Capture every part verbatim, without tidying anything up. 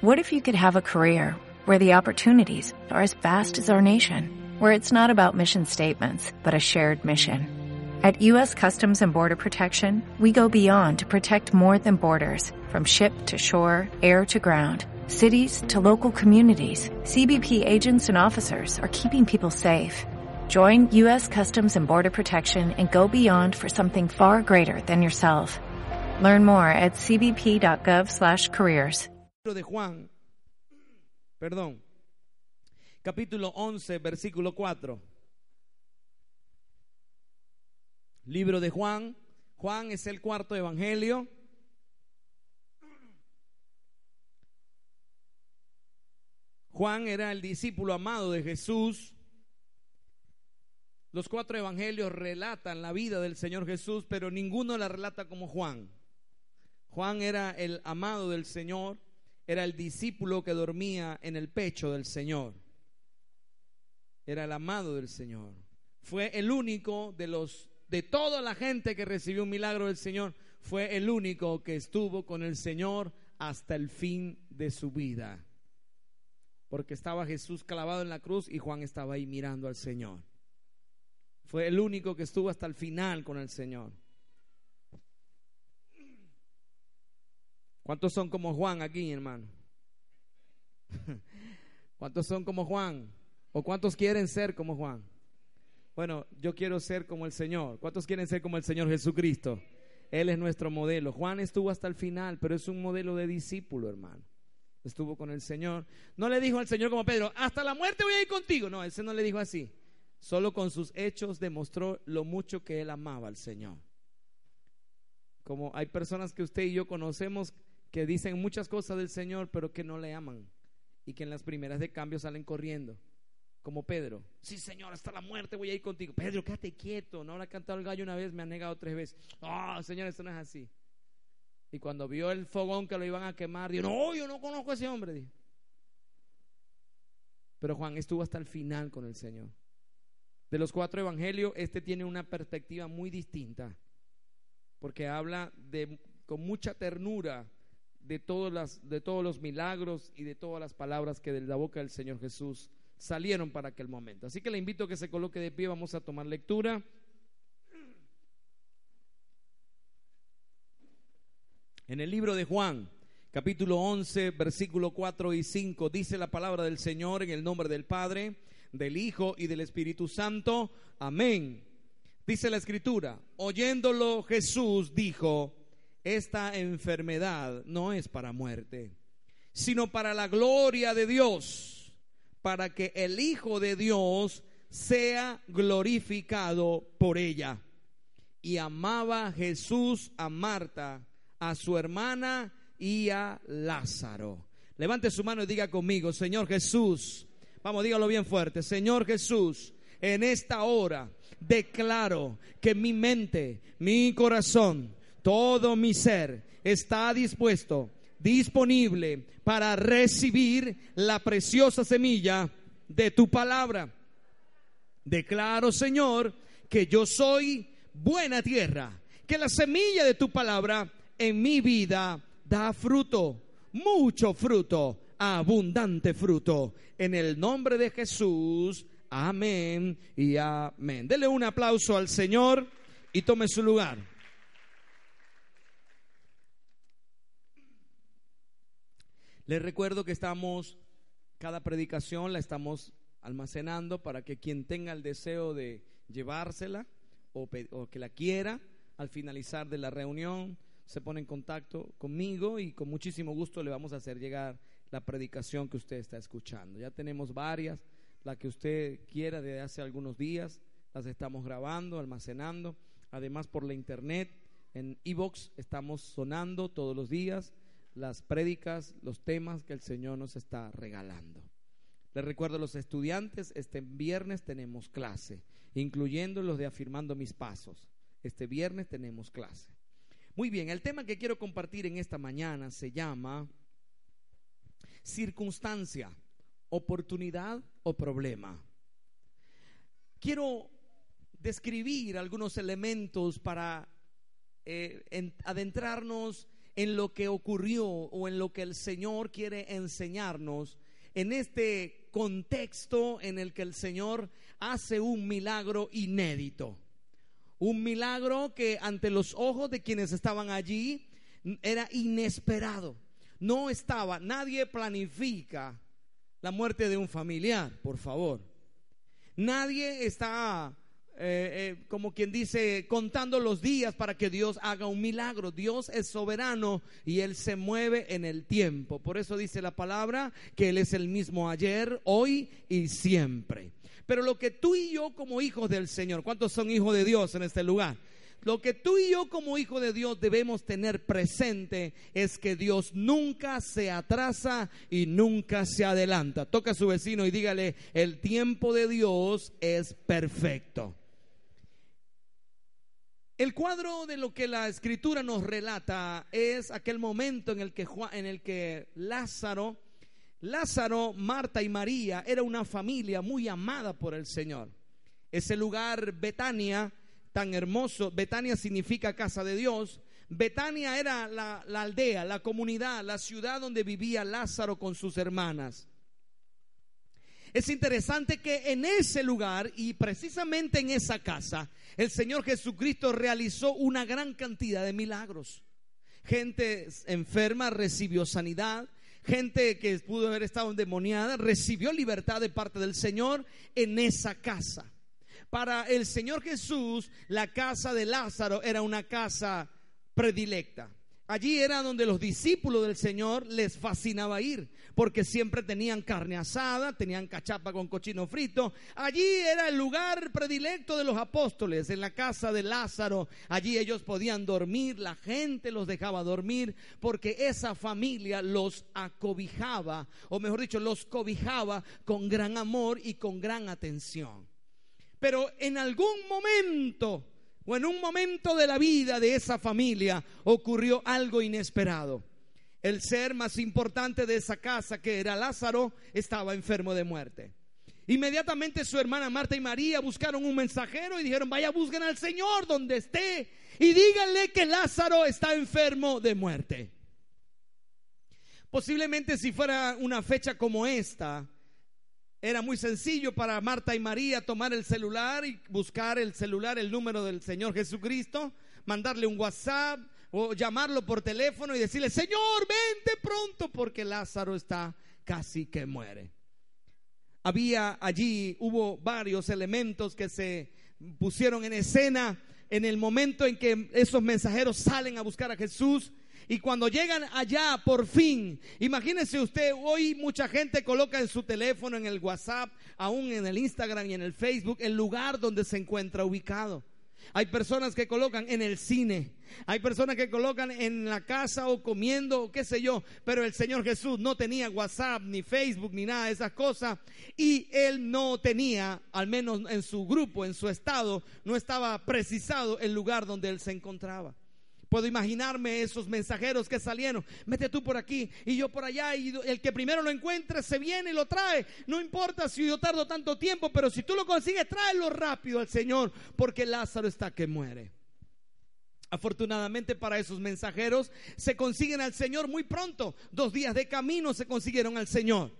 What if you could have a career where the opportunities are as vast as our nation, where it's not about mission statements, but a shared mission? At U S Customs and Border Protection, we go beyond to protect more than borders. From ship to shore, air to ground, cities to local communities, C B P agents and officers are keeping people safe. Join U S Customs and Border Protection and go beyond for something far greater than yourself. Learn more at c b p dot gov slash careers. Libro de Juan, perdón, capítulo once, versículo cuatro. Libro de Juan. Juan es el cuarto evangelio. Juan era el discípulo amado de Jesús. Los cuatro evangelios relatan la vida del Señor Jesús, pero ninguno la relata como Juan. Juan era el amado del Señor, era el discípulo que dormía en el pecho del Señor. Era el amado del Señor. Fue el único de los de toda la gente que recibió un milagro del Señor, fue el único que estuvo con el Señor hasta el fin de su vida. Porque estaba Jesús clavado en la cruz y Juan estaba ahí mirando al Señor. Fue el único que estuvo hasta el final con el Señor. ¿Cuántos son como Juan aquí, hermano? ¿Cuántos son como Juan? ¿O cuántos quieren ser como Juan? Bueno, yo quiero ser como el Señor. ¿Cuántos quieren ser como el Señor Jesucristo? Él es nuestro modelo. Juan estuvo hasta el final, pero es un modelo de discípulo, hermano. Estuvo con el Señor. No le dijo al Señor como Pedro, hasta la muerte voy a ir contigo. No, ese no le dijo así. Solo con sus hechos demostró lo mucho que él amaba al Señor. Como hay personas que usted y yo conocemos que dicen muchas cosas del Señor, pero que no le aman, y que en las primeras de cambio salen corriendo. Como Pedro, sí Señor, hasta la muerte voy a ir contigo. Pedro, quédate quieto, no le ha cantado el gallo una vez, me ha negado tres veces. Ah, oh, Señor, eso no es así. Y cuando vio el fogón que lo iban a quemar, dijo, no, yo no conozco a ese hombre, dijo. Pero Juan estuvo hasta el final con el Señor. De los cuatro evangelios, este tiene una perspectiva muy distinta, porque habla de, con mucha ternura de, todas las, de todos los milagros y de todas las palabras que de la boca del Señor Jesús salieron para aquel momento. Así que le invito a que se coloque de pie. Vamos a tomar lectura. En el libro de Juan, capítulo once, versículo cuatro y cinco, dice la palabra del Señor en el nombre del Padre, del Hijo y del Espíritu Santo. Amén. Dice la Escritura, oyéndolo Jesús dijo, esta enfermedad no es para muerte, sino para la gloria de Dios, para que el Hijo de Dios sea glorificado por ella. Y amaba Jesús a Marta, a su hermana y a Lázaro. Levante su mano y diga conmigo, Señor Jesús, vamos, dígalo bien fuerte, Señor Jesús, en esta hora declaro que mi mente, mi corazón, todo mi ser está dispuesto, disponible para recibir la preciosa semilla de tu palabra. Declaro, Señor, que yo soy buena tierra, que la semilla de tu palabra en mi vida da fruto, mucho fruto, abundante fruto. En el nombre de Jesús, amén y amén. Dele un aplauso al Señor y tome su lugar. Les recuerdo que estamos, cada predicación la estamos almacenando para que quien tenga el deseo de llevársela o, o que la quiera, al finalizar de la reunión, se pone en contacto conmigo y con muchísimo gusto le vamos a hacer llegar la predicación que usted está escuchando. Ya tenemos varias, la que usted quiera desde hace algunos días, las estamos grabando, almacenando. Además, por la internet, en iVoox estamos sonando todos los días las prédicas, los temas que el Señor nos está regalando. Les recuerdo a los estudiantes, este viernes tenemos clase, incluyendo los de Afirmando Mis Pasos. Este viernes tenemos clase. Muy bien, el tema que quiero compartir en esta mañana se llama circunstancia, oportunidad o problema. Quiero describir algunos elementos para eh, en, adentrarnos en lo que ocurrió o en lo que el Señor quiere enseñarnos en este contexto en el que el Señor hace un milagro inédito. Un milagro que ante los ojos de quienes estaban allí era inesperado. No estaba, nadie planifica la muerte de un familiar, por favor. Nadie está, eh, eh, como quien dice, contando los días para que Dios haga un milagro. Dios es soberano y Él se mueve en el tiempo. Por eso dice la palabra que Él es el mismo ayer, hoy y siempre. Pero lo que tú y yo como hijos del Señor, ¿cuántos son hijos de Dios en este lugar? Lo que tú y yo como hijos de Dios debemos tener presente es que Dios nunca se atrasa y nunca se adelanta. Toca a su vecino y dígale: el tiempo de Dios es perfecto. El cuadro de lo que la Escritura nos relata es aquel momento en el que, Juan, en el que Lázaro, Lázaro, Marta y María era una familia muy amada por el Señor. Ese lugar, Betania, tan hermoso, Betania significa casa de Dios. Betania era la, la aldea, la comunidad, la ciudad donde vivía Lázaro con sus hermanas. Es interesante que en ese lugar y precisamente en esa casa el Señor Jesucristo realizó una gran cantidad de milagros. Gente enferma recibió sanidad. Gente que pudo haber estado endemoniada recibió libertad de parte del Señor en esa casa. Para el Señor Jesús, la casa de Lázaro era una casa predilecta. Allí era donde los discípulos del Señor les fascinaba ir, porque siempre tenían carne asada, tenían cachapa con cochino frito. Allí era el lugar predilecto de los apóstoles, en la casa de Lázaro. Allí ellos podían dormir, la gente los dejaba dormir, porque esa familia los acobijaba, o mejor dicho, los cobijaba con gran amor y con gran atención. Pero en algún momento o en un momento de la vida de esa familia ocurrió algo inesperado. El ser más importante de esa casa, que era Lázaro, estaba enfermo de muerte. Inmediatamente su hermana Marta y María buscaron un mensajero y dijeron: vaya, busquen al Señor donde esté y díganle que Lázaro está enfermo de muerte. Posiblemente si fuera una fecha como esta, era muy sencillo para Marta y María tomar el celular y buscar el celular, el número del Señor Jesucristo, mandarle un WhatsApp o llamarlo por teléfono y decirle: Señor, vente pronto porque Lázaro está casi que muere. Había allí, hubo varios elementos que se pusieron en escena en el momento en que esos mensajeros salen a buscar a Jesús. Y cuando llegan allá, por fin, imagínese usted, hoy mucha gente coloca en su teléfono, en el WhatsApp, aún en el Instagram y en el Facebook, el lugar donde se encuentra ubicado. Hay personas que colocan en el cine, hay personas que colocan en la casa o comiendo o qué sé yo, pero el Señor Jesús no tenía WhatsApp, ni Facebook, ni nada de esas cosas, y Él no tenía, al menos en su grupo, en su estado, no estaba precisado el lugar donde Él se encontraba. Puedo imaginarme esos mensajeros que salieron: mete tú por aquí y yo por allá, y el que primero lo encuentre se viene y lo trae. No importa si yo tardo tanto tiempo, pero si tú lo consigues, tráelo rápido al Señor, porque Lázaro está que muere. Afortunadamente para esos mensajeros se consiguen al Señor muy pronto. Dos días de camino se consiguieron al Señor.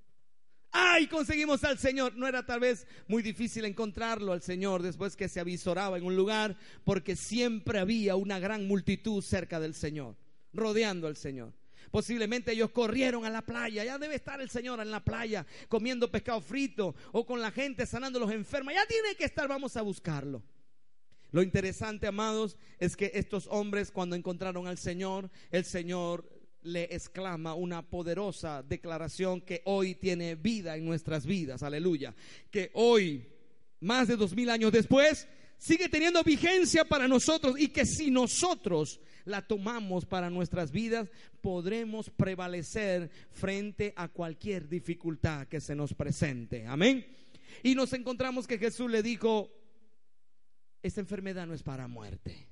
¡Ay! Conseguimos al Señor. No era tal vez muy difícil encontrarlo al Señor después que se avisoraba en un lugar, porque siempre había una gran multitud cerca del Señor, rodeando al Señor. Posiblemente ellos corrieron a la playa. Ya debe estar el Señor en la playa comiendo pescado frito o con la gente sanando a los enfermos. Ya tiene que estar, vamos a buscarlo. Lo interesante, amados, es que estos hombres, cuando encontraron al Señor, el Señor le exclama una poderosa declaración que hoy tiene vida en nuestras vidas. Aleluya. Que hoy, más de dos mil años después, sigue teniendo vigencia para nosotros, y que si nosotros la tomamos para nuestras vidas, podremos prevalecer frente a cualquier dificultad que se nos presente. Amén. Y nos encontramos que Jesús le dijo: esta enfermedad no es para muerte.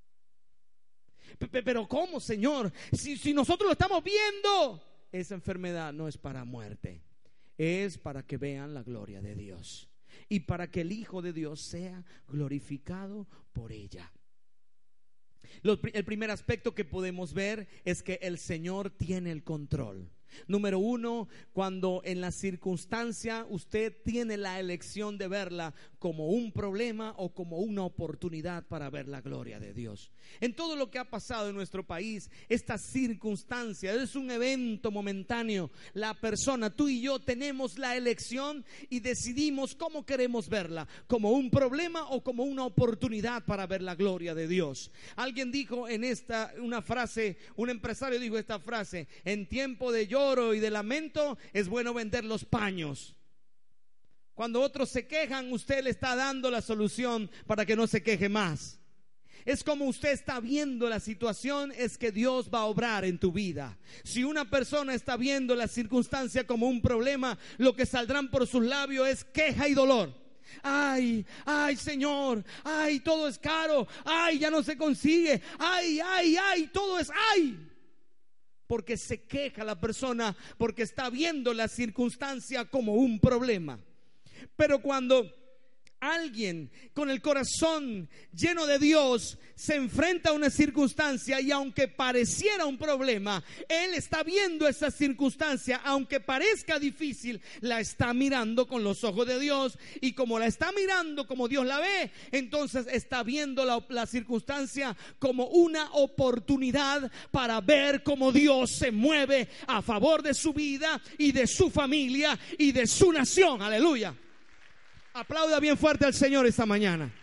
Pero ¿cómo, Señor? Si, si nosotros lo estamos viendo, esa enfermedad no es para muerte, es para que vean la gloria de Dios y para que el Hijo de Dios sea glorificado por ella. Lo- el primer aspecto que podemos ver es que el Señor tiene el control. Número uno, cuando en la circunstancia usted tiene la elección de verla como un problema o como una oportunidad para ver la gloria de Dios. En todo lo que ha pasado en nuestro país, esta circunstancia es un evento momentáneo. La persona, tú y yo, tenemos la elección y decidimos cómo queremos verla, como un problema o como una oportunidad para ver la gloria de Dios. Alguien dijo en esta una frase, un empresario dijo esta frase: en tiempo de lloro y de lamento es bueno vender los paños. Cuando otros se quejan, usted le está dando la solución para que no se queje más. Es como usted está viendo la situación, es que Dios va a obrar en tu vida. Si una persona está viendo la circunstancia como un problema, lo que saldrán por sus labios es queja y dolor. Ay, ay Señor, ay todo es caro, ay ya no se consigue, ay, ay, ay, todo es ay. Porque se queja la persona, porque está viendo la circunstancia como un problema. Pero cuando alguien con el corazón lleno de Dios se enfrenta a una circunstancia y aunque pareciera un problema, él está viendo esa circunstancia, aunque parezca difícil, la está mirando con los ojos de Dios, y como la está mirando como Dios la ve, entonces está viendo la, la circunstancia como una oportunidad para ver cómo Dios se mueve a favor de su vida y de su familia y de su nación. Aleluya. Aplauda bien fuerte al Señor esta mañana.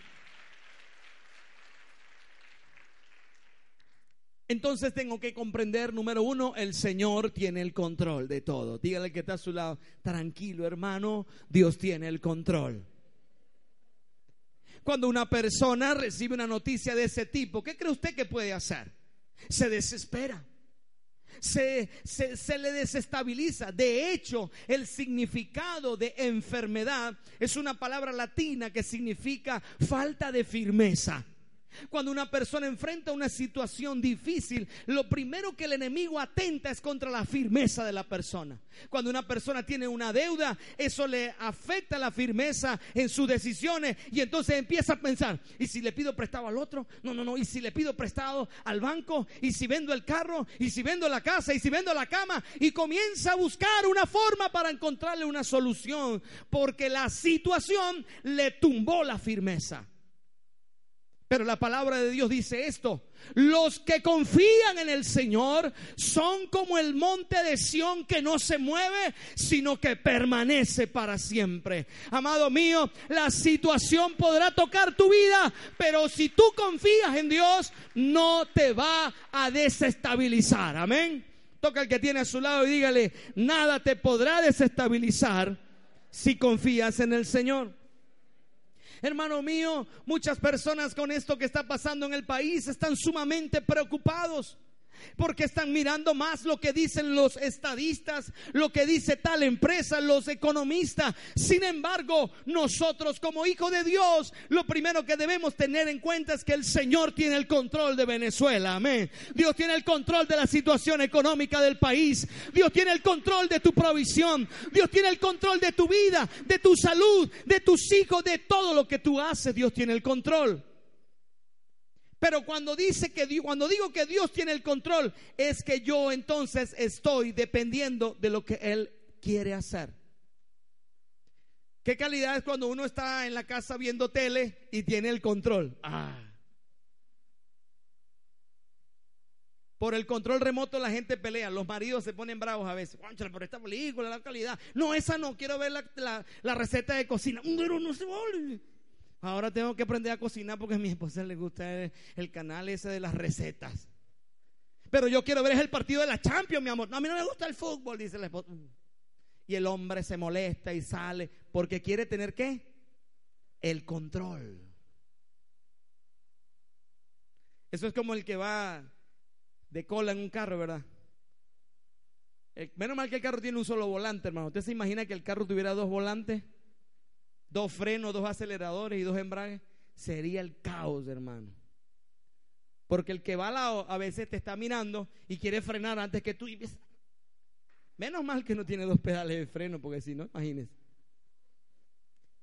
Entonces tengo que comprender, número uno, el Señor tiene el control de todo. Dígale que está a su lado: tranquilo hermano, Dios tiene el control. Cuando una persona recibe una noticia de ese tipo, ¿qué cree usted que puede hacer? Se desespera. Se, se, se le desestabiliza. De hecho, el significado de enfermedad es una palabra latina que significa falta de firmeza. Cuando una persona enfrenta una situación difícil, lo primero que el enemigo atenta es contra la firmeza de la persona. Cuando una persona tiene una deuda, eso le afecta la firmeza en sus decisiones, y entonces empieza a pensar: ¿y si le pido prestado al otro? No, no, no. ¿Y si le pido prestado al banco? ¿Y si vendo el carro? ¿Y si vendo la casa? ¿Y si vendo la cama? Y comienza a buscar una forma para encontrarle una solución, porque la situación le tumbó la firmeza. Pero la palabra de Dios dice esto: los que confían en el Señor son como el monte de Sión, que no se mueve, sino que permanece para siempre. Amado mío, la situación podrá tocar tu vida, pero si tú confías en Dios, no te va a desestabilizar. Amén. Toca al que tiene a su lado y dígale: nada te podrá desestabilizar si confías en el Señor. Hermano mío, muchas personas con esto que está pasando en el país están sumamente preocupados, porque están mirando más lo que dicen los estadistas, lo que dice tal empresa, los economistas. Sin embargo, nosotros como hijos de Dios, lo primero que debemos tener en cuenta es que el Señor tiene el control de Venezuela. Amén. Dios tiene el control de la situación económica del país. Dios tiene el control de tu provisión. Dios tiene el control de tu vida, de tu salud, de tus hijos, de todo lo que tú haces. Dios tiene el control. Pero cuando dice que Dios, cuando digo que Dios tiene el control, es que yo entonces estoy dependiendo de lo que Él quiere hacer. ¿Qué calidad es cuando uno está en la casa viendo tele y tiene el control? Ah. Por el control remoto la gente pelea, los maridos se ponen bravos a veces. Cónchale, por esta película, la calidad. No, esa no, quiero ver la, la, la receta de cocina. Pero no se vale. Ahora tengo que aprender a cocinar porque a mi esposa le gusta el, el canal ese de las recetas. Pero yo quiero ver es el partido de la Champions, mi amor. No, a mí no me gusta el fútbol, dice la esposa. Y el hombre se molesta y sale porque quiere tener ¿qué? El control. Eso es como el que va de cola en un carro, ¿verdad? El, menos mal que el carro tiene un solo volante, hermano. ¿Usted se imagina que el carro tuviera dos volantes? Dos frenos, dos aceleradores y dos embragues. Sería el caos, hermano. Porque el que va al lado a veces te está mirando y quiere frenar antes que tú. Y menos mal que no tiene dos pedales de freno, porque si no, imagínese.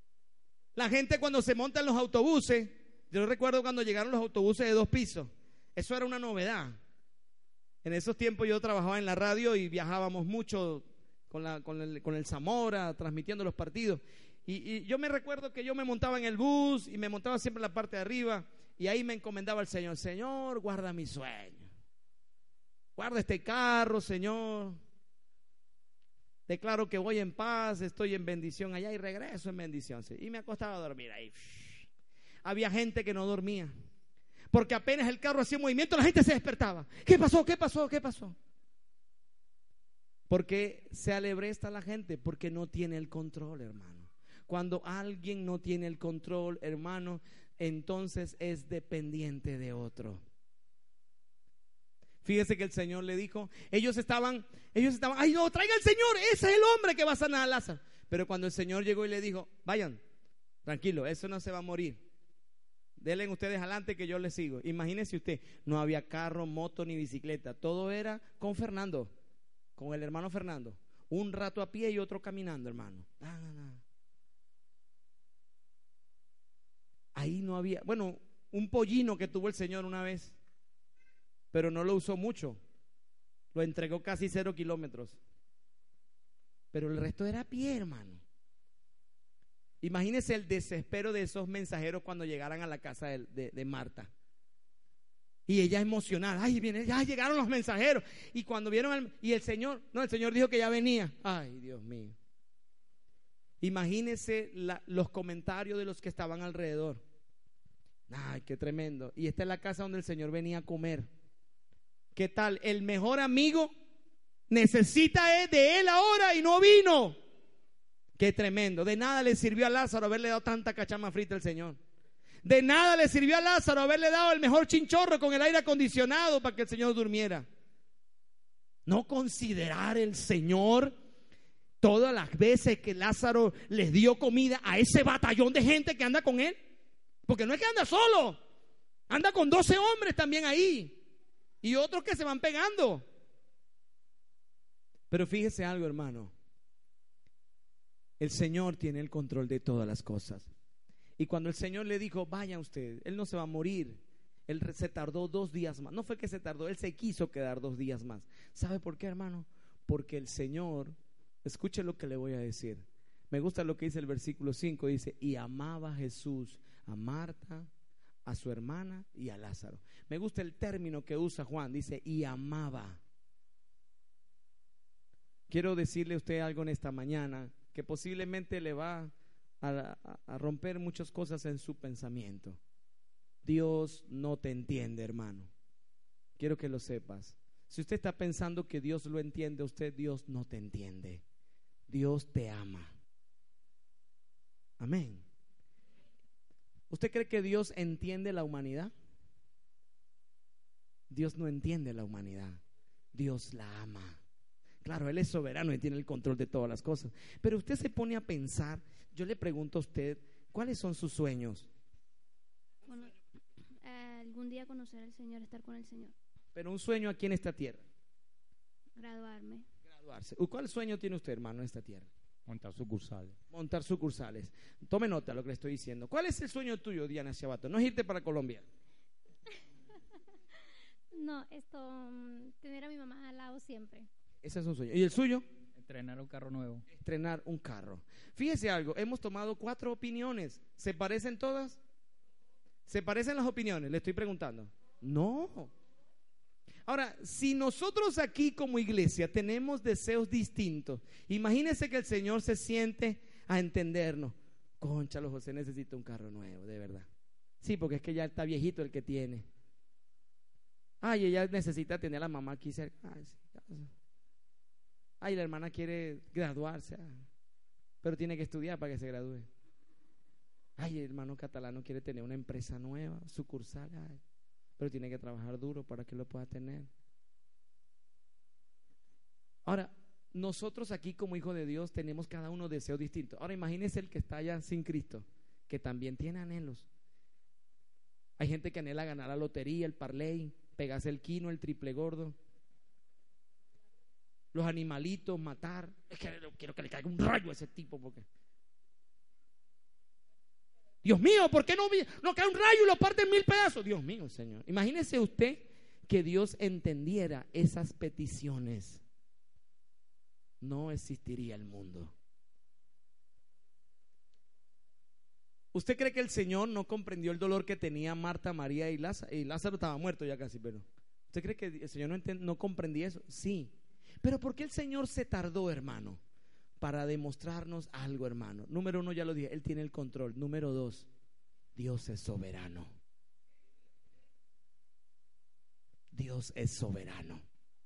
La gente cuando se monta en los autobuses, yo recuerdo cuando llegaron los autobuses de dos pisos, Eso era una novedad. En esos tiempos yo trabajaba en la radio y viajábamos mucho con, la, con, el, con el Zamora, transmitiendo los partidos. Y, y yo me recuerdo que yo me montaba en el bus y me montaba siempre en la parte de arriba y ahí me encomendaba al Señor. Señor, guarda mi sueño. Guarda este carro, Señor. Declaro que voy en paz, estoy en bendición allá y regreso en bendición. Y me acostaba a dormir ahí. Había gente que no dormía, porque apenas el carro hacía movimiento, la gente se despertaba. ¿Qué pasó? ¿Qué pasó? ¿Qué pasó? Porque se alebresta la gente, porque no tiene el control, hermano. Cuando alguien no tiene el control, hermano, entonces es dependiente de otro. Fíjese que el Señor le dijo, ellos estaban, ellos estaban, ay no, traiga al Señor, ese es el hombre que va a sanar a Lázaro. Pero cuando el Señor llegó y le dijo, vayan, tranquilo, eso no se va a morir. Denle ustedes adelante que yo les sigo. Imagínese usted, no había carro, moto ni bicicleta, todo era con Fernando, con el hermano Fernando. Un rato a pie y otro caminando, hermano. Ah, no, no. Ahí no había, bueno, un pollino que tuvo el Señor una vez, pero no lo usó mucho, lo entregó casi cero kilómetros, pero el resto era a pie, hermano. Imagínese el desespero de esos mensajeros cuando llegaran a la casa de, de, de Marta. Y ella emocionada, ay, viene, ya llegaron los mensajeros. Y cuando vieron al, y el Señor, no, el Señor dijo que ya venía. Ay, Dios mío. Imagínese la, los comentarios de los que estaban alrededor. Ay, qué tremendo. Y esta es la casa donde el Señor venía a comer. ¿Qué tal? El mejor amigo necesita de él ahora y no vino. Qué tremendo. De nada le sirvió a Lázaro haberle dado tanta cachama frita al Señor. De nada le sirvió a Lázaro haberle dado el mejor chinchorro con el aire acondicionado para que el Señor durmiera. No considerar el Señor todas las veces que Lázaro les dio comida a ese batallón de gente que anda con él. Porque no es que anda solo, anda con doce hombres también ahí. Y otros que se van pegando. Pero fíjese algo, hermano. El Señor tiene el control de todas las cosas. Y cuando el Señor le dijo, vaya usted, Él no se va a morir. Él se tardó dos días más. No fue que se tardó, Él se quiso quedar dos días más. ¿Sabe por qué, hermano? Porque el Señor, escuche lo que le voy a decir. Me gusta lo que dice el versículo cinco. Dice, y amaba Jesús a Marta, a su hermana y a Lázaro. Me gusta el término que usa Juan. Dice, y amaba. Quiero decirle a usted algo en esta mañana que posiblemente le va a, a, a romper muchas cosas en su pensamiento. Dios no te entiende, hermano. Quiero que lo sepas. Si usted está pensando que Dios lo entiende a usted, Dios no te entiende. Dios te ama. Amén. ¿Usted cree que Dios entiende la humanidad? Dios no entiende la humanidad. Dios la ama. Claro, Él es soberano y tiene el control de todas las cosas. Pero usted se pone a pensar, yo le pregunto a usted, ¿cuáles son sus sueños? Bueno, eh, algún día conocer al Señor, estar con el Señor. Pero un sueño aquí en esta tierra. Graduarme. Graduarse. ¿Cuál sueño tiene usted, hermano, en esta tierra? Montar sucursales. Montar sucursales. Tome nota de lo que le estoy diciendo. ¿Cuál es el sueño tuyo, Diana Ciabato? No es irte para Colombia. No, esto, um, tener a mi mamá al lado siempre. Ese es un sueño. ¿Y el suyo? Estrenar un carro nuevo. Estrenar un carro. Fíjese algo, hemos tomado cuatro opiniones. ¿Se parecen todas? ¿Se parecen las opiniones? Le estoy preguntando. No. Ahora, si nosotros aquí como iglesia tenemos deseos distintos, imagínese que el Señor se siente a entendernos. Cónchalo, José necesita un carro nuevo, de verdad. Sí, porque es que ya está viejito el que tiene. Ay, ella necesita tener a la mamá aquí cerca. Ay, sí. Ay, la hermana quiere graduarse, pero tiene que estudiar para que se gradúe. Ay, el hermano catalano quiere tener una empresa nueva, sucursal, ay, pero tiene que trabajar duro para que lo pueda tener. Ahora, nosotros aquí como hijos de Dios tenemos cada uno deseos distintos. Ahora imagínese el que está allá sin Cristo, que también tiene anhelos. Hay gente que anhela ganar la lotería, el parlay, pegarse el quino, el triple gordo, los animalitos, matar. Es que quiero que le caiga un rayo a ese tipo, porque Dios mío, ¿por qué no, no cae un rayo y lo parte en mil pedazos? Dios mío, Señor. Imagínese usted que Dios entendiera esas peticiones, no existiría el mundo. ¿Usted cree que el Señor no comprendió el dolor que tenía Marta, María y Lázaro? Y Lázaro estaba muerto ya casi, pero ¿usted cree que el Señor no, enten, no comprendía eso? Sí. Pero ¿por qué el Señor se tardó, hermano? Para demostrarnos algo, hermano. Número uno, ya lo dije, Él tiene el control. Número dos, Dios es soberano. Dios es soberano.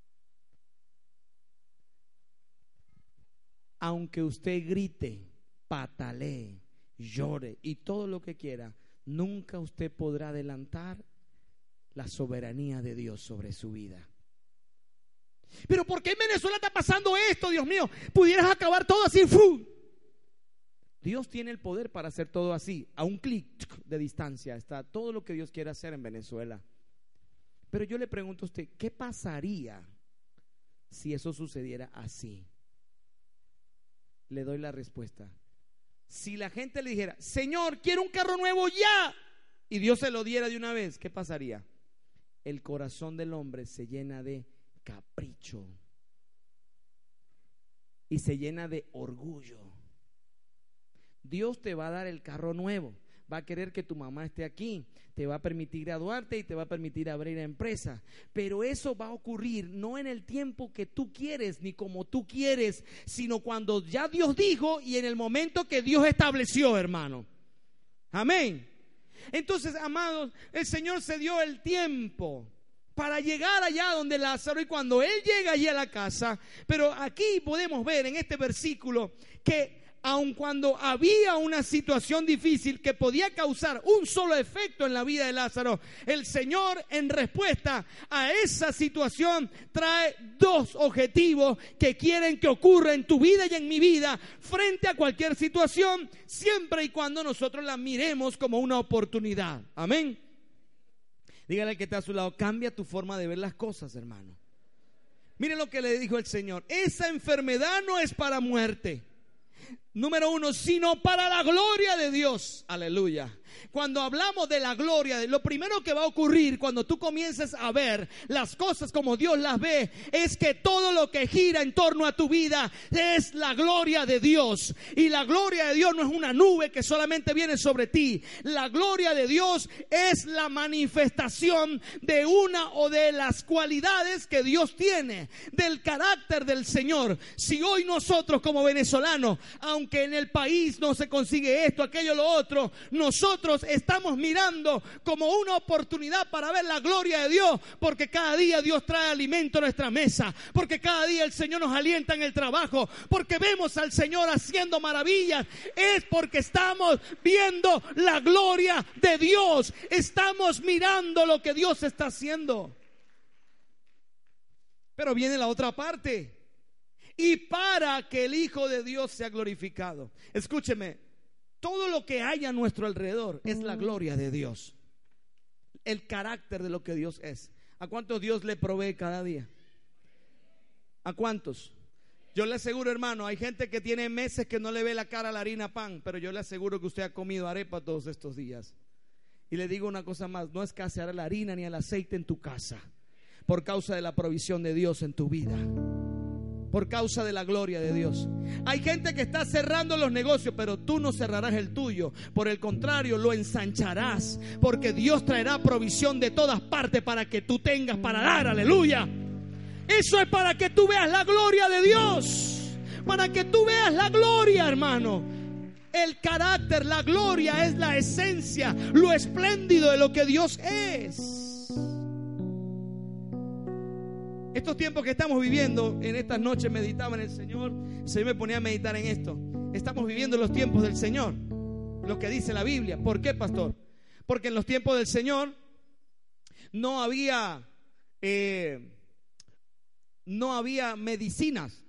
Aunque usted grite, patalee, llore y todo lo que quiera, nunca usted podrá adelantar la soberanía de Dios sobre su vida. Pero ¿por qué en Venezuela está pasando esto, Dios mío? Pudieras acabar todo así. ¡Fu! Dios tiene el poder para hacer todo así. A un clic de distancia está todo lo que Dios quiere hacer en Venezuela. Pero yo le pregunto a usted, ¿qué pasaría si eso sucediera así? Le doy la respuesta. Si la gente le dijera, Señor, quiero un carro nuevo ya, y Dios se lo diera de una vez, ¿qué pasaría? El corazón del hombre se llena de capricho y se llena de orgullo. Dios te va a dar el carro nuevo, va a querer que tu mamá esté aquí, te va a permitir graduarte y te va a permitir abrir empresa, pero eso va a ocurrir no en el tiempo que tú quieres ni como tú quieres, sino cuando ya Dios dijo y en el momento que Dios estableció, hermano. Amén. Entonces, amados, el Señor se dio el tiempo para llegar allá donde Lázaro, y cuando él llega allí a la casa, pero aquí podemos ver en este versículo que aun cuando había una situación difícil que podía causar un solo efecto en la vida de Lázaro, el Señor, en respuesta a esa situación, trae dos objetivos que quieren que ocurra en tu vida y en mi vida frente a cualquier situación, siempre y cuando nosotros la miremos como una oportunidad. Amén. Dígale al que está a su lado, cambia tu forma de ver las cosas, hermano. Mire lo que le dijo el Señor: esa enfermedad no es para muerte, número uno, sino para la gloria de Dios. Aleluya. Cuando hablamos de la gloria, lo primero que va a ocurrir cuando tú comiences a ver las cosas como Dios las ve, es que todo lo que gira en torno a tu vida es la gloria de Dios. Y la gloria de Dios no es una nube que solamente viene sobre ti. La gloria de Dios es la manifestación de una o de las cualidades que Dios tiene, del carácter del Señor. Si hoy nosotros como venezolanos, aunque en el país no se consigue esto, aquello, lo otro, nosotros estamos mirando como una oportunidad para ver la gloria de Dios, porque cada día Dios trae alimento a nuestra mesa, porque cada día el Señor nos alienta en el trabajo, porque vemos al Señor haciendo maravillas, es porque estamos viendo la gloria de Dios, estamos mirando lo que Dios está haciendo. Pero viene la otra parte: y para que el Hijo de Dios sea glorificado. Escúcheme, todo lo que hay a nuestro alrededor es la gloria de Dios, el carácter de lo que Dios es. ¿A cuántos Dios le provee cada día? ¿A cuántos? Yo le aseguro, hermano, hay gente que tiene meses que no le ve la cara a la harina pan, pero yo le aseguro que usted ha comido arepa todos estos días. Y le digo una cosa más: no escaseará la harina ni el aceite en tu casa por causa de la provisión de Dios en tu vida, por causa de la gloria de Dios. Hay gente que está cerrando los negocios, pero tú no cerrarás el tuyo. Por el contrario, lo ensancharás, porque Dios traerá provisión de todas partes para que tú tengas para dar. Aleluya. Eso es para que tú veas la gloria de Dios, para que tú veas la gloria, hermano. El carácter, la gloria es la esencia, lo espléndido de lo que Dios es. Estos tiempos que estamos viviendo, en estas noches meditaba en el Señor, se me ponía a meditar en esto. Estamos viviendo los tiempos del Señor, lo que dice la Biblia. ¿Por qué, pastor? Porque en los tiempos del Señor no había eh, no había medicinas,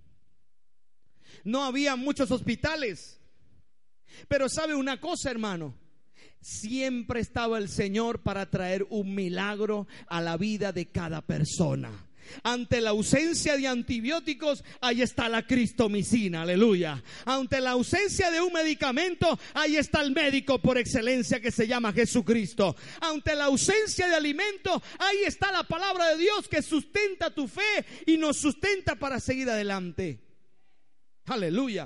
no había muchos hospitales. Pero sabe una cosa, hermano, siempre estaba el Señor para traer un milagro a la vida de cada persona. Ante la ausencia de antibióticos, ahí está la cristomicina, aleluya. Ante la ausencia de un medicamento, ahí está el médico por excelencia que se llama Jesucristo. Ante la ausencia de alimento, ahí está la palabra de Dios que sustenta tu fe y nos sustenta para seguir adelante. Aleluya.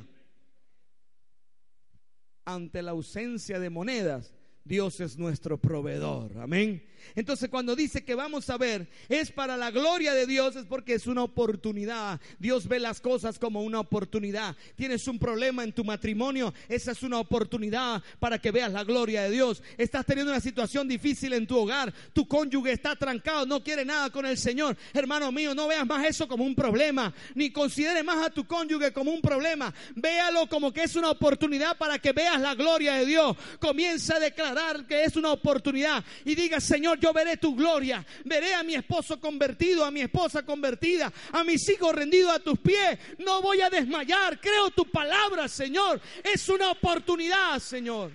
Ante la ausencia de monedas, Dios es nuestro proveedor. Amén. Entonces cuando dice que vamos a ver es para la gloria de Dios, es porque es una oportunidad. Dios ve las cosas como una oportunidad. Tienes un problema en tu matrimonio, esa es una oportunidad para que veas la gloria de Dios. Estás teniendo una situación difícil en tu hogar, tu cónyuge está trancado, no quiere nada con el Señor. Hermano mío, no veas más eso como un problema, ni considere más a tu cónyuge como un problema. Véalo como que es una oportunidad para que veas la gloria de Dios. Comienza a declarar que es una oportunidad y diga: Señor, yo veré tu gloria, veré a mi esposo convertido, a mi esposa convertida, a mis hijos rendidos a tus pies. No voy a desmayar, creo tu palabra, Señor. Es una oportunidad, Señor.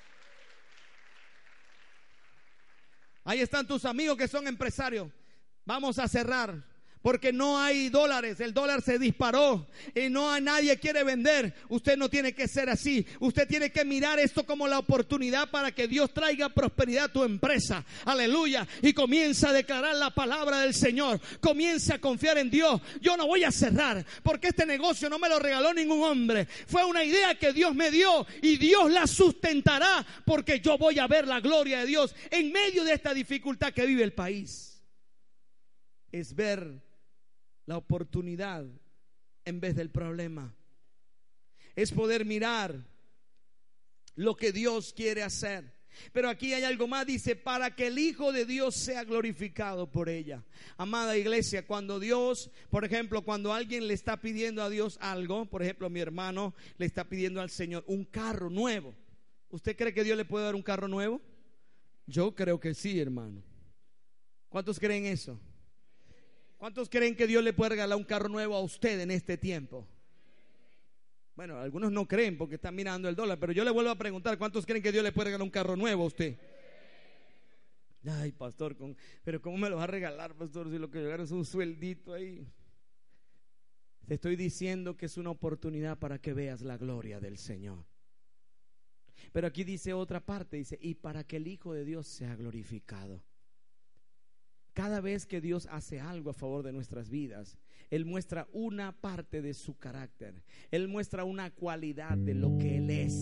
Ahí están tus amigos que son empresarios. Vamos a cerrar. Porque no hay dólares, el dólar se disparó y no hay nadie quiere vender. Usted no tiene que ser así. Usted tiene que mirar esto como la oportunidad para que Dios traiga prosperidad a tu empresa. Aleluya. Y comienza a declarar la palabra del Señor. Comienza a confiar en Dios. Yo no voy a cerrar porque este negocio no me lo regaló ningún hombre. Fue una idea que Dios me dio y Dios la sustentará porque yo voy a ver la gloria de Dios en medio de esta dificultad que vive el país. Es ver la oportunidad en vez del problema. Es poder mirar lo que Dios quiere hacer. Pero aquí hay algo más, dice: para que el Hijo de Dios sea glorificado por ella. Amada iglesia, cuando Dios, por ejemplo, cuando alguien le está pidiendo a Dios algo, por ejemplo, mi hermano le está pidiendo al Señor un carro nuevo. ¿Usted cree que Dios le puede dar un carro nuevo? Yo creo que sí, hermano. ¿Cuántos creen eso? ¿Cuántos creen que Dios le puede regalar un carro nuevo a usted en este tiempo? Bueno, algunos no creen porque están mirando el dólar, pero yo le vuelvo a preguntar: ¿cuántos creen que Dios le puede regalar un carro nuevo a usted? Ay, pastor, con, pero ¿cómo me lo va a regalar, pastor? Si lo que llegaron es un sueldito ahí. Te estoy diciendo que es una oportunidad para que veas la gloria del Señor. Pero aquí dice otra parte, dice: y para que el Hijo de Dios sea glorificado. Cada vez que Dios hace algo a favor de nuestras vidas, Él muestra una parte de su carácter. Él muestra una cualidad de lo que Él es.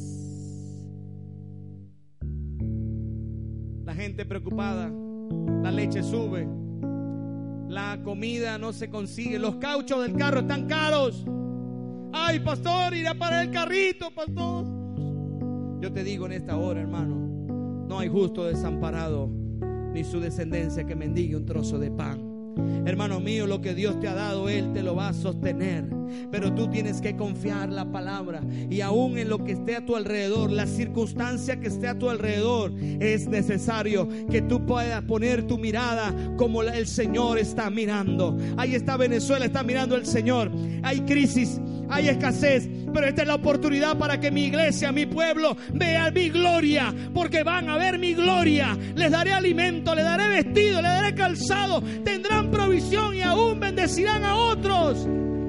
La gente preocupada, la leche sube, la comida no se consigue, los cauchos del carro están caros. Ay, pastor, irá para el carrito, pastor. Yo te digo en esta hora, hermano, no hay justo desamparado, ni su descendencia que mendigue un trozo de pan. Hermano mío, lo que Dios te ha dado, Él te lo va a sostener. Pero tú tienes que confiar la palabra. Y aún en lo que esté a tu alrededor, la circunstancia que esté a tu alrededor, es necesario que tú puedas poner tu mirada como el Señor está mirando. Ahí está Venezuela, está mirando el Señor. Hay crisis, hay escasez, pero esta es la oportunidad para que mi iglesia, mi pueblo, vea mi gloria, porque van a ver mi gloria. Les daré alimento, les daré vestido, les daré calzado, tendrán provisión y aún bendecirán a otros.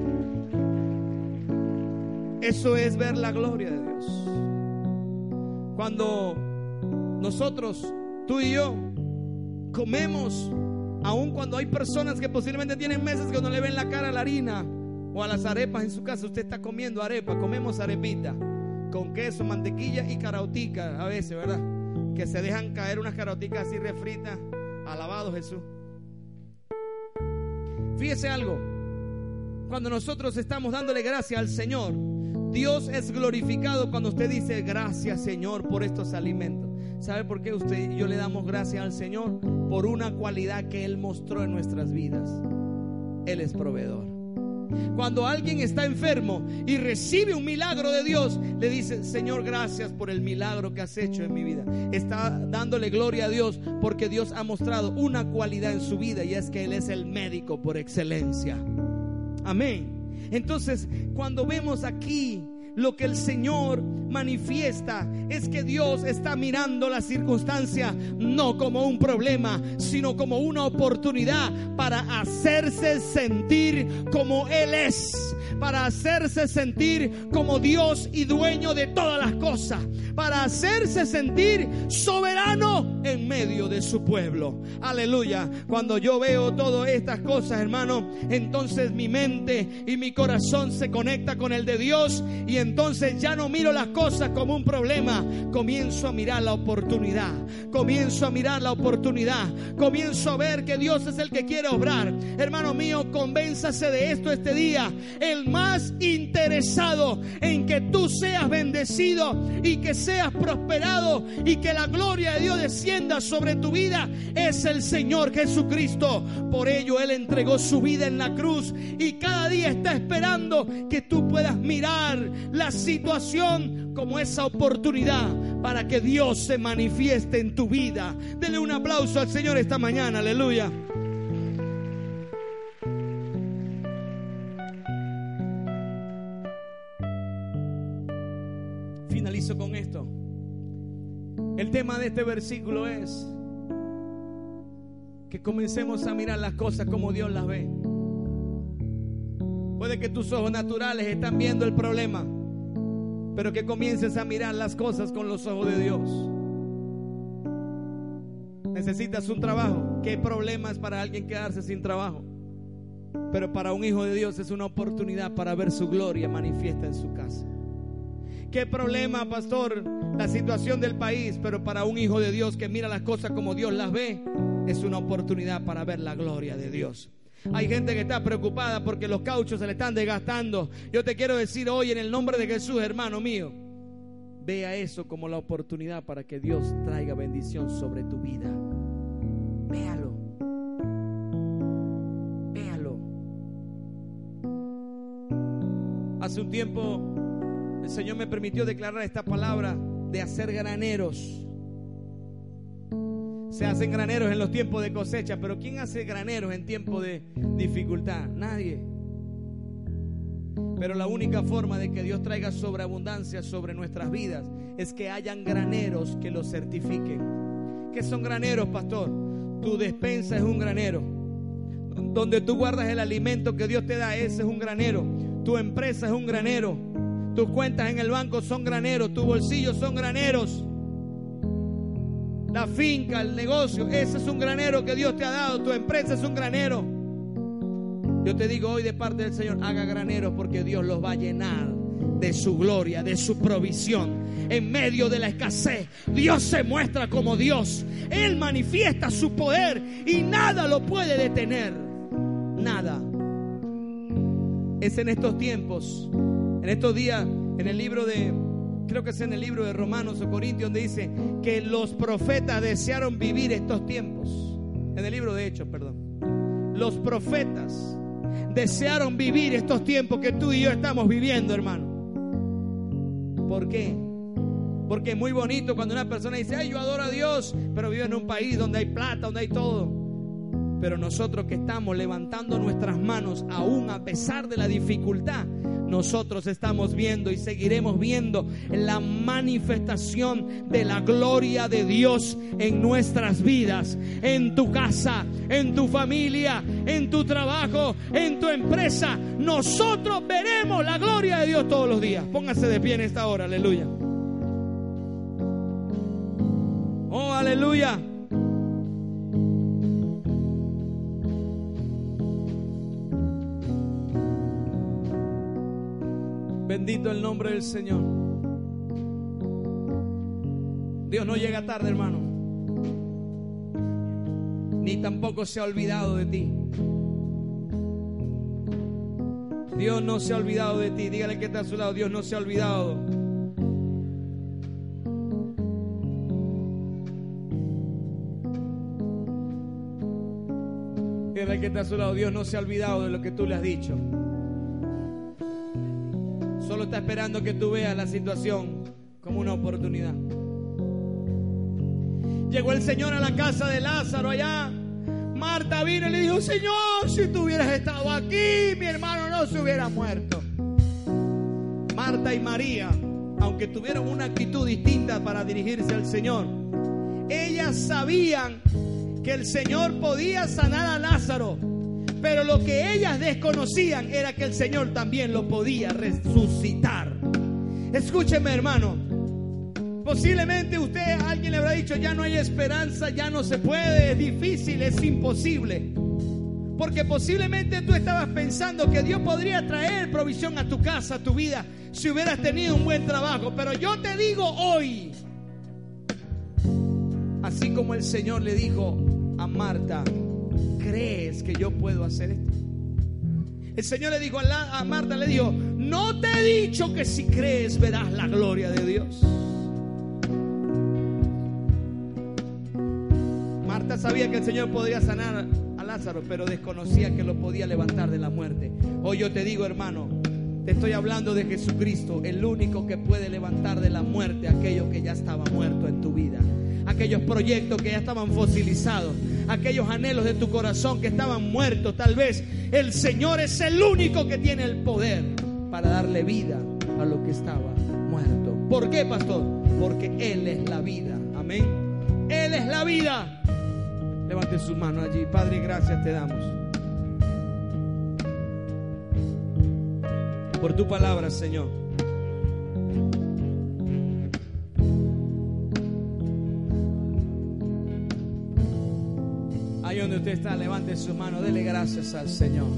Eso es ver la gloria de Dios. Cuando nosotros, tú y yo, comemos, aun cuando hay personas que posiblemente tienen meses que no le ven la cara a la harina o a las arepas en su casa. Usted está comiendo arepa, comemos arepita con queso, mantequilla y carautica a veces, ¿verdad? Que se dejan caer unas carauticas así refritas. Alabado Jesús. Fíjese algo: cuando nosotros estamos dándole gracias al Señor, Dios es glorificado cuando usted dice: gracias, Señor, por estos alimentos. ¿Sabe por qué usted y yo le damos gracias al Señor? Por una cualidad que Él mostró en nuestras vidas. Él es proveedor. Cuando alguien está enfermo y recibe un milagro de Dios, le dice: Señor, gracias por el milagro que has hecho en mi vida. Está dándole gloria a Dios porque Dios ha mostrado una cualidad en su vida, y es que Él es el médico por excelencia. Amén. Entonces, cuando vemos aquí lo que el Señor manifiesta es que Dios está mirando la circunstancia no como un problema, sino como una oportunidad para hacerse sentir como Él es, para hacerse sentir como Dios y dueño de todas las cosas, para hacerse sentir soberano en medio de su pueblo. Aleluya. Cuando yo veo todas estas cosas, hermano, entonces mi mente y mi corazón se conecta con el de Dios, y entonces ya no miro las cosas como un problema, comienzo a mirar la oportunidad, comienzo a mirar la oportunidad, comienzo a ver que Dios es el que quiere obrar. Hermano mío, convénzase de esto este día. El más interesado en que tú seas bendecido y que seas prosperado y que la gloria de Dios descienda sobre tu vida es el Señor Jesucristo. Por ello Él entregó su vida en la cruz y cada día está esperando que tú puedas mirar la situación como esa oportunidad para que Dios se manifieste en tu vida. Dele un aplauso al Señor esta mañana. Aleluya. Finalizo con esto. El tema de este versículo es que comencemos a mirar las cosas como Dios las ve. Puede que tus ojos naturales están viendo el problema, pero que comiences a mirar las cosas con los ojos de Dios. Necesitas un trabajo. ¿Qué problema es para alguien quedarse sin trabajo? Pero para un hijo de Dios es una oportunidad para ver su gloria manifiesta en su casa. ¿Qué problema, pastor? La situación del país, pero para un hijo de Dios que mira las cosas como Dios las ve, es una oportunidad para ver la gloria de Dios. Hay gente que está preocupada porque los cauchos se le están desgastando. Yo te quiero decir hoy en el nombre de Jesús, hermano mío, vea eso como la oportunidad para que Dios traiga bendición sobre tu vida. Véalo. Véalo. Hace un tiempo el Señor me permitió declarar esta palabra de hacer graneros. Se hacen graneros en los tiempos de cosecha, pero ¿quién hace graneros en tiempos de dificultad? Nadie. Pero la única forma de que Dios traiga sobreabundancia sobre nuestras vidas es que hayan graneros que lo certifiquen. ¿Qué son graneros, pastor? Tu despensa es un granero. Donde tú guardas el alimento que Dios te da, ese es un granero. Tu empresa es un granero. Tus cuentas en el banco son graneros. Tus bolsillos son graneros. La finca, el negocio, ese es un granero que Dios te ha dado. Tu empresa es un granero. Yo te digo hoy de parte del Señor, haga graneros porque Dios los va a llenar de su gloria, de su provisión. En medio de la escasez, Dios se muestra como Dios. Él manifiesta su poder y nada lo puede detener. Nada. Es en estos tiempos, en estos días, en el libro de... creo que es en el libro de Romanos o Corintios, donde dice que los profetas desearon vivir estos tiempos. En el libro de Hechos, perdón. Los profetas desearon vivir estos tiempos que tú y yo estamos viviendo, hermano. ¿Por qué? Porque es muy bonito cuando una persona dice, ay, yo adoro a Dios, pero vive en un país donde hay plata, donde hay todo. Pero nosotros que estamos levantando nuestras manos, aún a pesar de la dificultad, nosotros estamos viendo y seguiremos viendo la manifestación de la gloria de Dios en nuestras vidas, en tu casa, en tu familia, en tu trabajo, en tu empresa. Nosotros veremos la gloria de Dios todos los días. Póngase de pie en esta hora, aleluya. Oh, aleluya. Bendito el nombre del Señor. Dios no llega tarde, hermano, ni tampoco se ha olvidado de ti. Dios no se ha olvidado de ti. Dígale que está a su lado, Dios no se ha olvidado. Dígale que está a su lado, Dios no se ha olvidado de lo que tú le has dicho. Solo está esperando que tú veas la situación como una oportunidad. Llegó el Señor a la casa de Lázaro allá. Marta vino y le dijo, Señor, si tú hubieras estado aquí, mi hermano no se hubiera muerto. Marta y María, aunque tuvieron una actitud distinta para dirigirse al Señor, ellas sabían que el Señor podía sanar a Lázaro, pero lo que ellas desconocían era que el Señor también lo podía resucitar. Escúcheme, hermano, posiblemente usted, alguien le habrá dicho, ya no hay esperanza, ya no se puede, es difícil, es imposible. Porque posiblemente tú estabas pensando que Dios podría traer provisión a tu casa, a tu vida, si hubieras tenido un buen trabajo. Pero yo te digo hoy, así como el Señor le dijo a Marta, ¿crees que yo puedo hacer esto? El Señor le dijo a, la, a Marta, le dijo, no te he dicho que si crees verás la gloria de Dios. Marta sabía que el Señor podría sanar a Lázaro, pero desconocía que lo podía levantar de la muerte. Hoy yo te digo, hermano, te estoy hablando de Jesucristo, el único que puede levantar de la muerte aquello que ya estaba muerto en tu vida, aquellos proyectos que ya estaban fosilizados, aquellos anhelos de tu corazón que estaban muertos. Tal vez el Señor es el único que tiene el poder para darle vida a lo que estaba muerto. ¿Por qué, pastor? Porque Él es la vida. Amén. Él es la vida. Levante sus manos allí. Padre, gracias te damos por tu palabra, Señor. Ahí donde usted está, levante sus manos, dele gracias al Señor.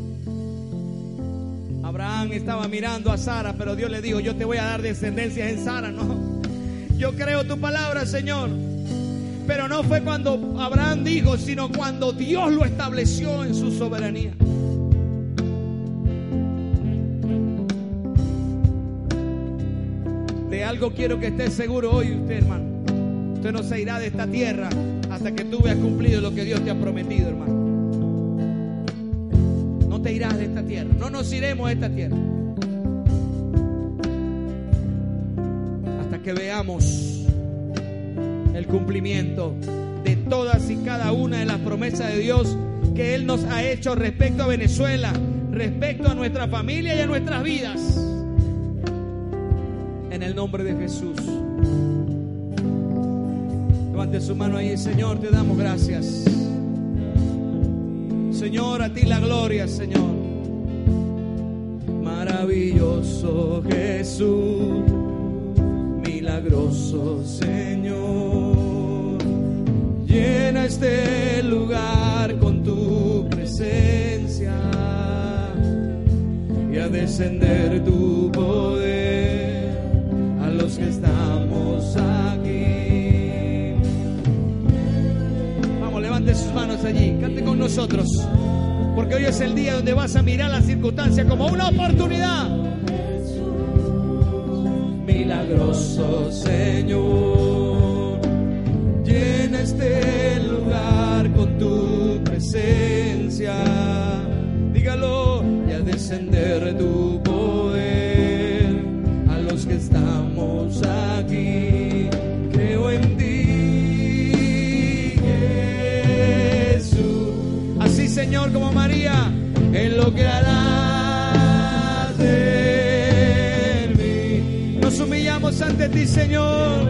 Abraham estaba mirando a Sara, pero Dios le dijo, yo te voy a dar descendencia en Sara. No, yo creo tu palabra, Señor. Pero no fue cuando Abraham dijo, sino cuando Dios lo estableció en su soberanía. De algo quiero que esté seguro hoy usted, hermano. Usted no se irá de esta tierra hasta que tú veas cumplido lo que Dios te ha prometido, hermano. No te irás de esta tierra. No nos iremos de esta tierra hasta que veamos el cumplimiento de todas y cada una de las promesas de Dios que Él nos ha hecho respecto a Venezuela, respecto a nuestra familia y a nuestras vidas. En el nombre de Jesús. Levante su mano ahí. Señor, te damos gracias. Señor, a ti la gloria, Señor. Maravilloso Jesús, milagroso Señor, llena este lugar con tu presencia y a descender tu poder a los que estamos aquí. Vamos, levante sus manos allí, cante con nosotros, porque hoy es el día donde vas a mirar las circunstancias como una oportunidad. Milagroso Señor, llena este lugar con tu presencia, dígalo, y a descender tu poder a los que estamos aquí. Creo en ti, Jesús. Así, Señor, como María, en lo que harás de mí. Nos humillamos ante ti, Señor.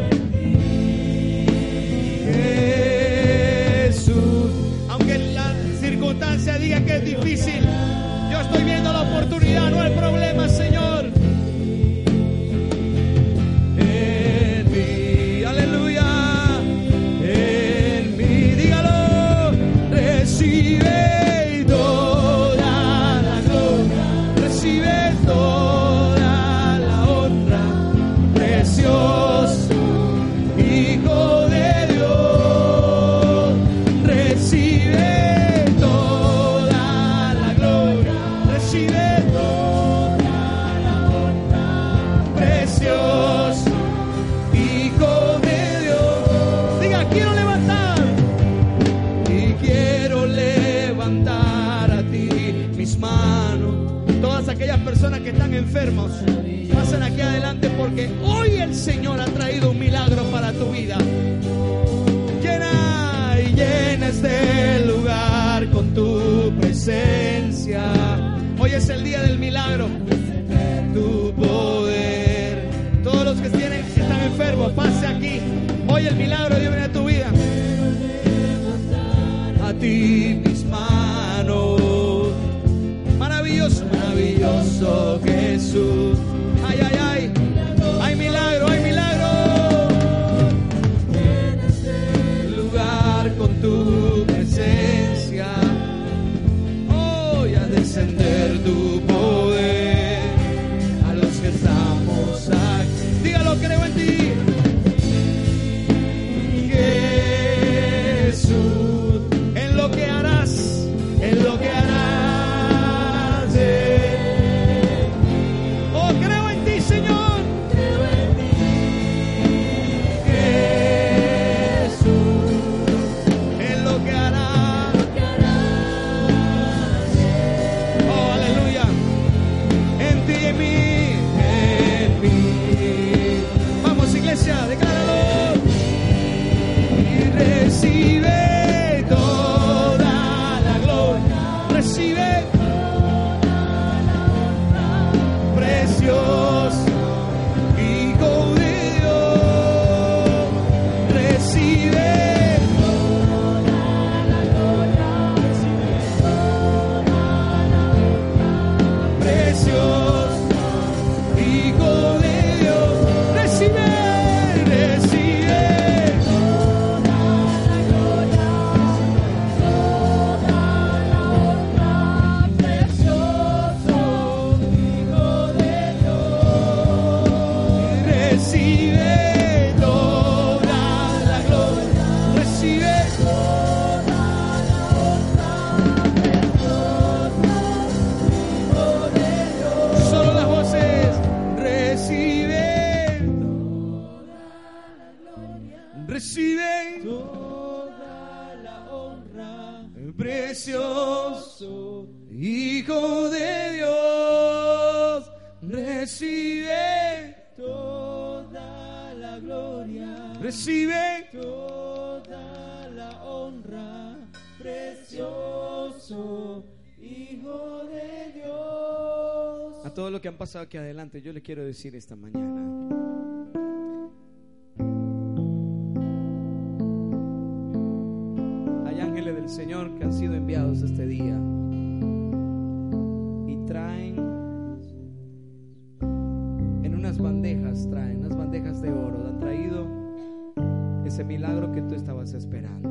Jesús, aunque la circunstancia diga que es difícil, yo estoy viendo la oportunidad, no el problema, Señor. En mí, aleluya, en mí, dígalo, recibe toda la gloria, recibe toda la honra, precioso Hijo de Dios, recibe toda la gloria, recibe toda la honra, precioso Hijo de Dios. Diga, quiero levantar, y quiero levantar a ti mis manos. Todas aquellas personas que están enfermos, pasen aquí adelante, porque hoy el Señor ha traído un milagro para tu vida. Llena y llena este lugar con tu presencia. Hoy es el día del milagro. Tu poder el milagro de Dios viene a tu vida. A ti mis manos. Maravilloso, maravilloso Jesús. Ay, ay, ay. Hay milagro, hay milagro. Lugar con tu presencia. Hoy a descender tu poder a los que estamos aquí. Dígalo, creo en ti. Jesús, en lo que harás, en lo que harás. eh. Oh, creo en ti, Señor. Creo en ti. Jesús, en lo que harás. Oh, aleluya. En ti y en mí, en mí. Vamos, iglesia, decláralo. Y recibe toda la gloria. Recibe precioso Hijo de Dios. Recibe precioso Hijo de Dios. Recibe, recibe recibe toda la gloria. Recibe solo las voces. Recibe, recibe toda la honra. Precioso Hijo de Dios. Recibe toda la gloria. Recibe toda la honra. Precioso Hijo de Dios. A todos los que han pasado aquí adelante, yo les quiero decir esta mañana: hay ángeles del Señor que han sido enviados este día y traen en unas bandejas, traen unas bandejas de oro, han traído ese milagro que tú estabas esperando.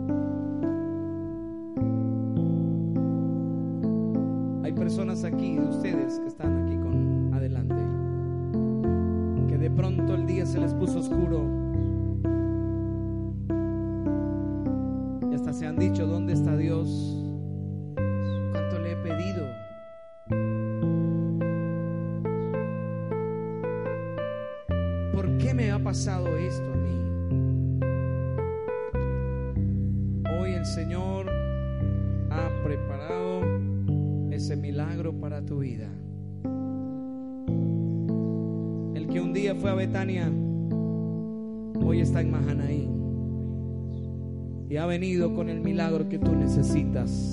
Hay personas aquí, de ustedes que están aquí con adelante, que de pronto el día se les puso oscuro y hasta se han dicho: ¿dónde está Dios? ¿Cuánto le he pedido? ¿Por qué me ha pasado esto a mí? Hoy el Señor ha preparado ese milagro para tu vida. El que un día fue a Betania, hoy está en Mahanaim y ha venido con el milagro que tú necesitas.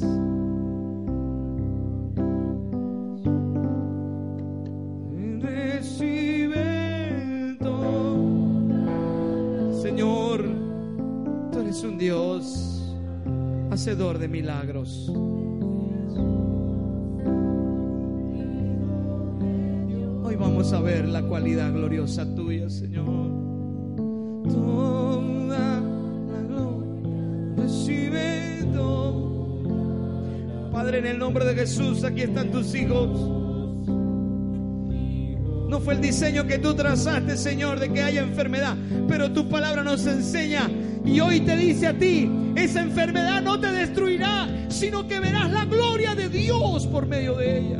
Recibe todo. Señor, tú eres un Dios hacedor de milagros. Hoy vamos a ver la cualidad gloriosa tuya, Señor. Toda la gloria, recibe todo. Padre, en el nombre de Jesús, aquí están tus hijos. No fue el diseño que tú trazaste, Señor, de que haya enfermedad, pero tu palabra nos enseña y hoy te dice a ti: esa enfermedad no te destruirá, sino que verás la gloria de Dios por medio de ella.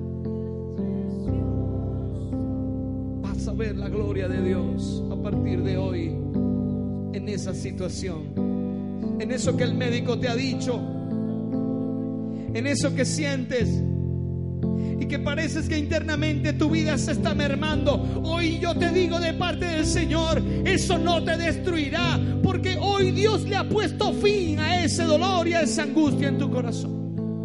Vas a ver la gloria de Dios a partir de hoy en esa situación, en eso que el médico te ha dicho, en eso que sientes y que pareces que internamente tu vida se está mermando. Hoy yo te digo de parte del Señor: eso no te destruirá, porque hoy Dios le ha puesto fin a ese dolor y a esa angustia en tu corazón.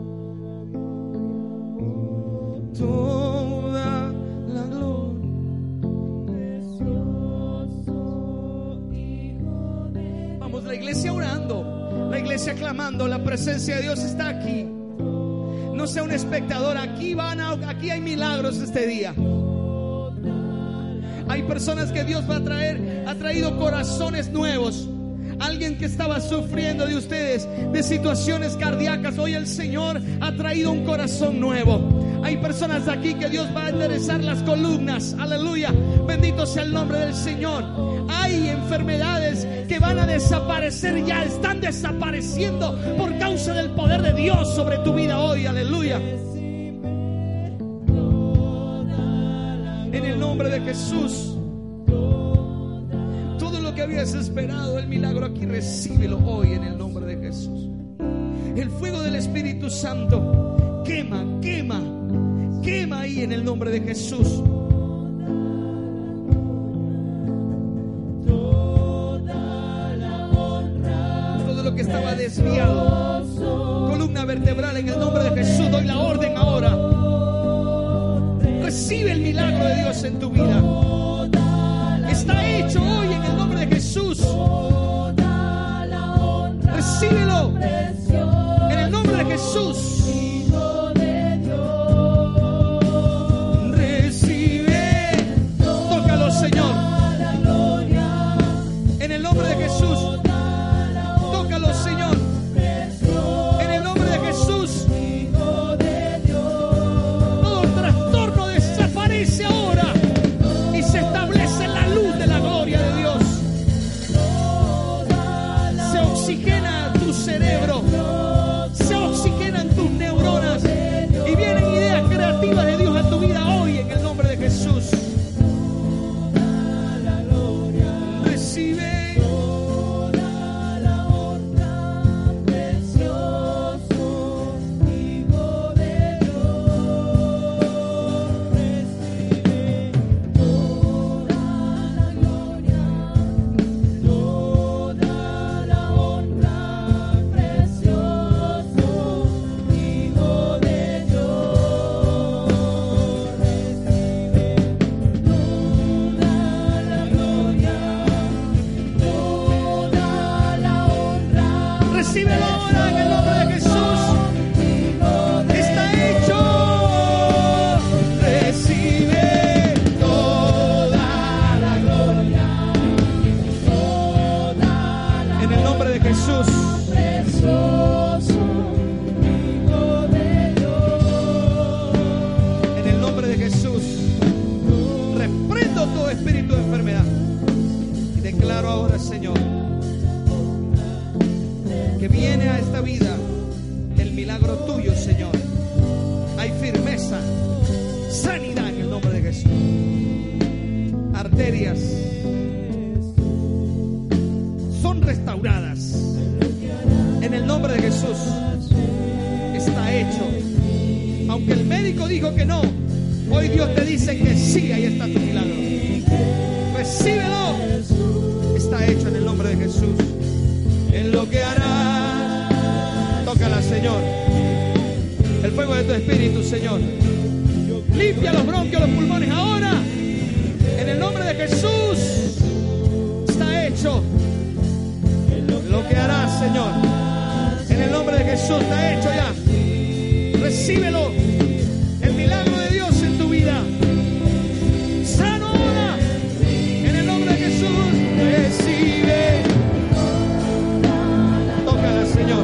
Toda la gloria, precioso Hijo Comience aclamando. La presencia de Dios está aquí. No sea un espectador. Aquí van a, aquí hay milagros este día. Hay personas que Dios va a traer, ha traído corazones nuevos. Alguien que estaba sufriendo de ustedes, de situaciones cardíacas, hoy el Señor ha traído un corazón nuevo. Hay personas aquí que Dios va a enderezar las columnas. Aleluya, bendito sea el nombre del Señor. Hay enfermedades que van a desaparecer, ya están desapareciendo por causa del poder de Dios sobre tu vida hoy. Aleluya. En el nombre de Jesús. Que habías esperado el milagro aquí, recíbelo hoy en el nombre de Jesús. El fuego del Espíritu Santo quema, quema, quema ahí en el nombre de Jesús. Todo lo que estaba desviado, columna vertebral, en el nombre de Jesús doy la orden ahora. Recibe el milagro de Dios en tu vida. Está hecho hoy en el nombre de Jesús. Recíbelo en el nombre de Jesús. Recibe. Tócalo, Señor. En el nombre de Jesús. Tócalo, Señor. En el nombre de Jesús. Todo trastorno desaparece ahora. Y se establece la luz de la gloria de Dios. Se oxigena tu cerebro, se oxigenan tus neuronas y vienen ideas creativas de Dios a tu vida hoy en el nombre de Jesús. Recibe. Son restauradas en el nombre de Jesús. Está hecho. Aunque el médico dijo que no, hoy Dios te dice que sí. Ahí está tu milagro. Recíbelo. Está hecho en el nombre de Jesús. En lo que harás, tócala, Señor. El fuego de tu espíritu, Señor. Limpia los bronquios, los pulmones ahora. En el nombre de Jesús. Está hecho. Lo que harás, Señor. En el nombre de Jesús está hecho ya. Recíbelo. El milagro de Dios en tu vida. Sano ahora. En el nombre de Jesús. Recibe. Tócala, Señor.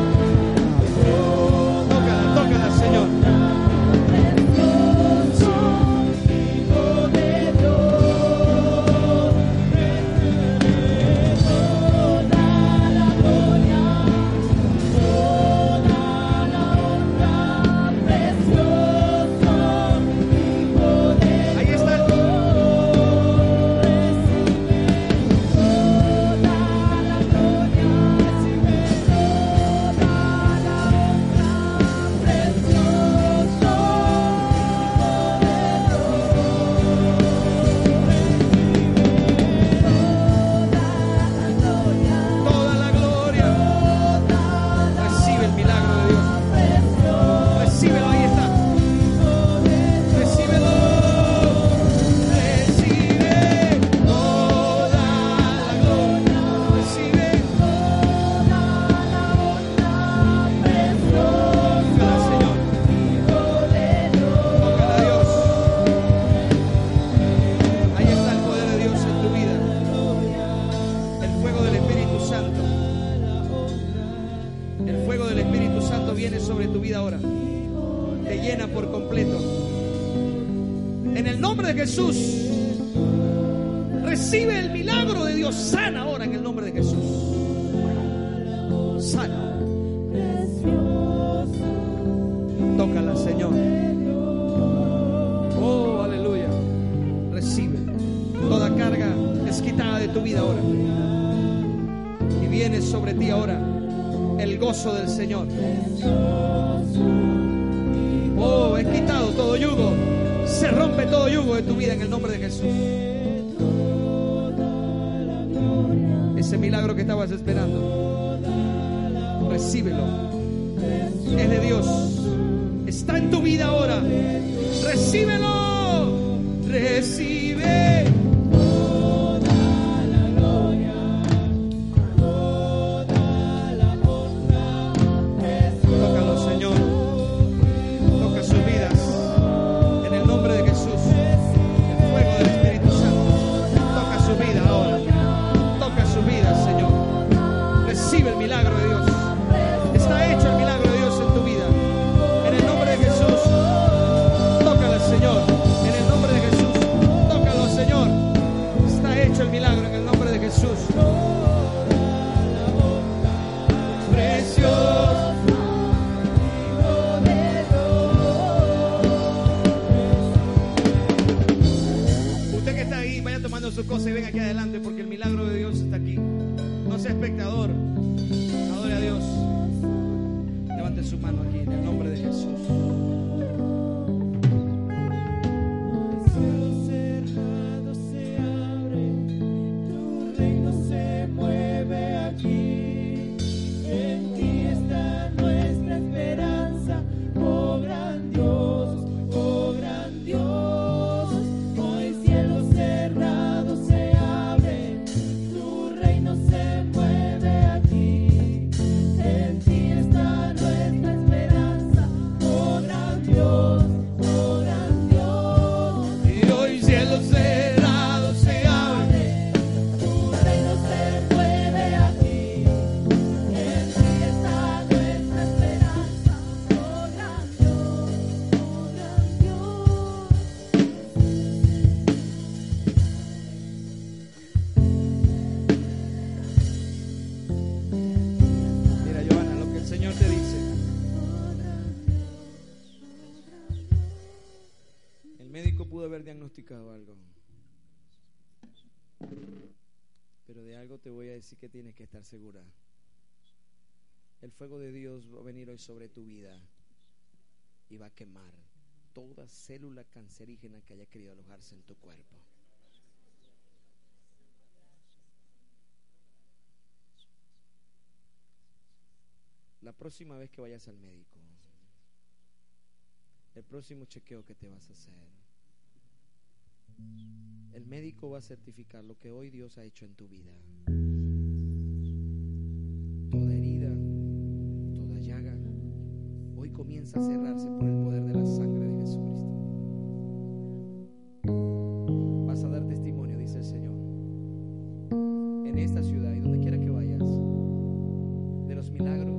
Tócala, tócala, Señor. Precioso. Jesús. Recibe el milagro de Dios. Sana ahora en el nombre de Jesús. Sana. Tócala, Señor. Oh, aleluya. Recibe. Toda carga es quitada de tu vida ahora. Y viene sobre ti ahora el gozo del Señor. Oh, es quitado todo yugo. Se rompe todo yugo de tu vida en el nombre de Jesús. Ese milagro que estabas esperando, recíbelo. Es de Dios. Está en tu vida ahora. Recíbelo. Recibe. Sus cosas y ven aquí adelante porque el milagro de Dios está aquí. No sea espectador, adore a Dios. Levante su mano aquí en el nombre de Jesús. Diagnosticado algo, pero de algo te voy a decir que tienes que estar segura. El fuego de Dios va a venir hoy sobre tu vida y va a quemar toda célula cancerígena que haya querido alojarse en tu cuerpo. La próxima vez que vayas al médico, el próximo chequeo que te vas a hacer, el médico va a certificar lo que hoy Dios ha hecho en tu vida. Toda herida, toda llaga, hoy comienza a cerrarse por el poder de la sangre de Jesucristo. Vas a dar testimonio, dice el Señor, en esta ciudad y donde quiera que vayas, de los milagros